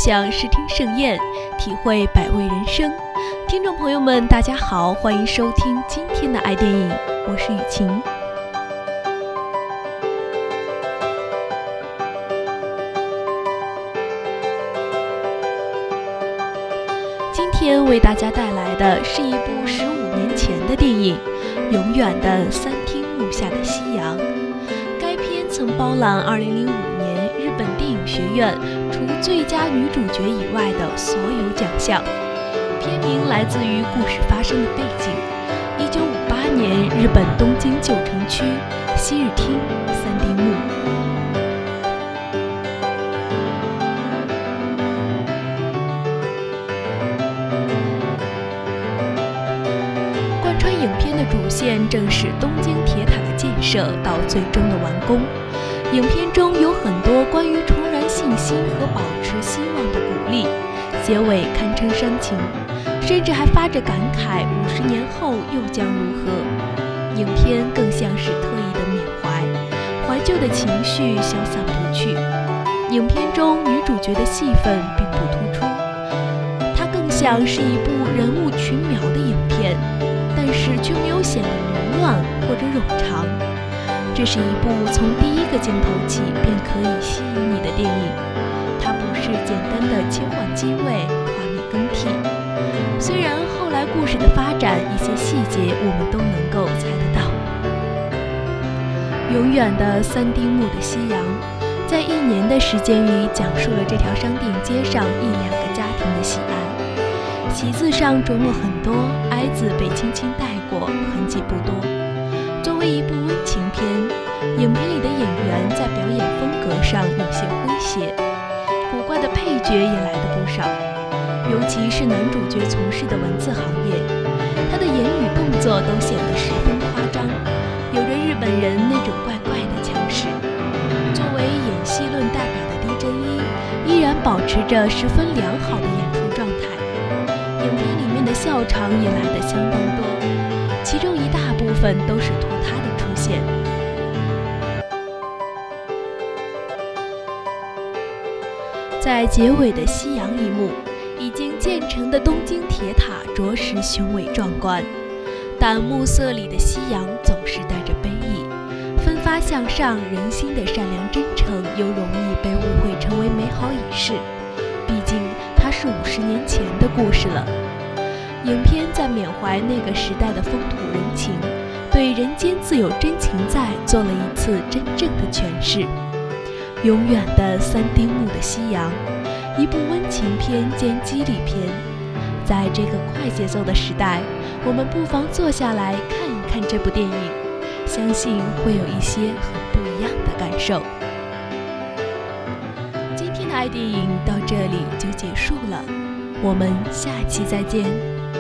享视听盛宴，体会百味人生。听众朋友们大家好，欢迎收听今天的爱电影，我是雨晴。今天为大家带来的是一部15年前的电影《永远的三汀目下的夕阳》。该片曾包揽2005年日本电影学院除最佳女主角以外的所有奖项。片名来自于故事发生的背景：1958年日本东京旧城区西日町三丁目。贯穿影片的主线正是东京铁塔的建设到最终的完工。影片中有很多关于重燃信心和保持希望的鼓励，结尾堪称煽情，甚至还发着感慨50年后又将如何。影片更像是特意的缅怀，怀旧的情绪消散不去。影片中女主角的戏份并不突出，它更像是一部人物群描的影片，但是却没有显得凌乱或者冗长。这是一部从第一个镜头起便可以吸引你的电影，它不是简单的切换机位、画面更替。虽然后来故事的发展一些细节我们都能够猜得到。永远的三丁目的夕阳，在1年的时间里讲述了这条商店街上1-2个家庭的喜爱。喜字上着墨很多，哀字被轻轻带过，痕迹不多。作为一部温情片，影片里的演员在表演风格上有些诙谐，古怪的配角也来得不少，尤其是男主角从事的文字行业，他的言语动作都显得十分夸张，有着日本人那种怪怪的腔势。作为演戏论代表的狄真一，依然保持着十分良好的演出状态。影片里面的笑场也来得相当多，其中一大部分都是托他的出现。在结尾的夕阳一幕，已经建成的东京铁塔着实雄伟壮观，但暮色里的夕阳总是带着悲意，奋发向上，人心的善良真诚又容易被误会成为美好已逝，毕竟它是50年前的故事了。影片在缅怀那个时代的风土人情，对人间自有真情在做了一次真正的诠释。永远的三丁目的夕阳，一部温情片兼激励片。在这个快节奏的时代，我们不妨坐下来看一看这部电影，相信会有一些很不一样的感受。今天的爱电影到这里就结束了，我们下期再见。